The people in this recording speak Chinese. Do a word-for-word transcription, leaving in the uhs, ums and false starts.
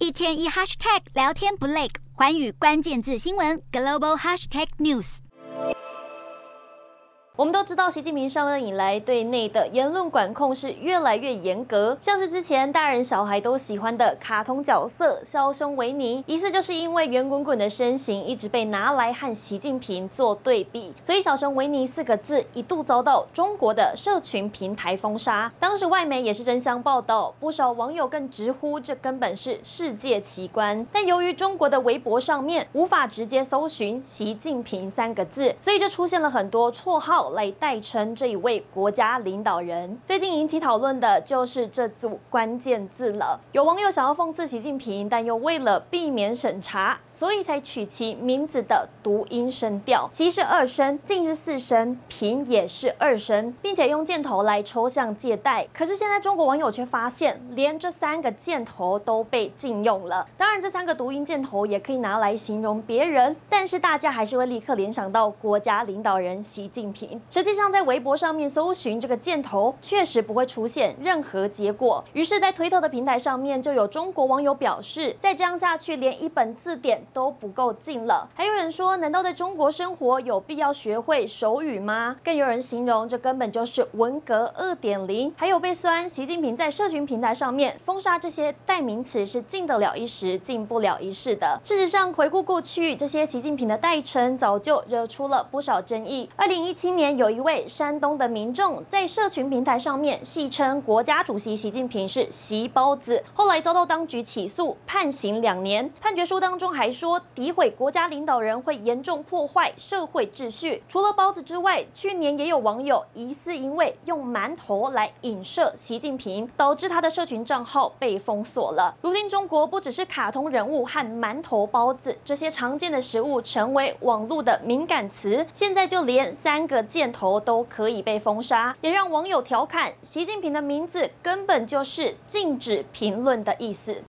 一天一 hashtag 聊天不累，寰宇关键字新闻 global hashtag news。 我们都知道，习近平上任以来，对内的言论管控是越来越严格。像是之前大人小孩都喜欢的卡通角色枭雄维尼，疑似就是因为圆滚滚的身形一直被拿来和习近平做对比，所以枭雄维尼四个字一度遭到中国的社群平台封杀。当时外媒也是争相报道，不少网友更直呼这根本是世界奇观。但由于中国的微博上面无法直接搜寻习近平三个字，所以就出现了很多绰号来代称这一位国家领导人。最近引起讨论的就是这组关键字了。有网友想要讽刺习近平，但又为了避免审查，所以才取其名字的读音声调。习是二声，近是四声，平也是二声，并且用箭头来抽象借代。可是现在中国网友却发现，连这三个箭头都被禁用了。当然，这三个读音箭头也可以拿来形容别人，但是大家还是会立刻联想到国家领导人习近平。实际上，在微博上面搜寻这个箭头，确实不会出现任何结果。于是，在推特的平台上面，就有中国网友表示，再这样下去，连一本字典都不够进了。还有人说，难道在中国生活有必要学会手语吗？更有人形容，这根本就是文革 二点零。还有被酸习近平在社群平台上面封杀这些代名词是进得了一时，进不了一世的。事实上，回顾过去，这些习近平的代称早就惹出了不少争议。二零一七年，有一位山东的民众在社群平台上面戏称国家主席习近平是习包子，后来遭到当局起诉，判刑两年。判决书当中还说，诋毁国家领导人会严重破坏社会秩序。除了包子之外，去年也有网友疑似因为用馒头来影射习近平，导致他的社群账号被封锁了。如今中国不只是卡通人物和馒头、包子这些常见的食物成为网络的敏感词，现在就连三个箭头都可以被封杀，也让网友调侃习近平的名字根本就是禁止评论的意思。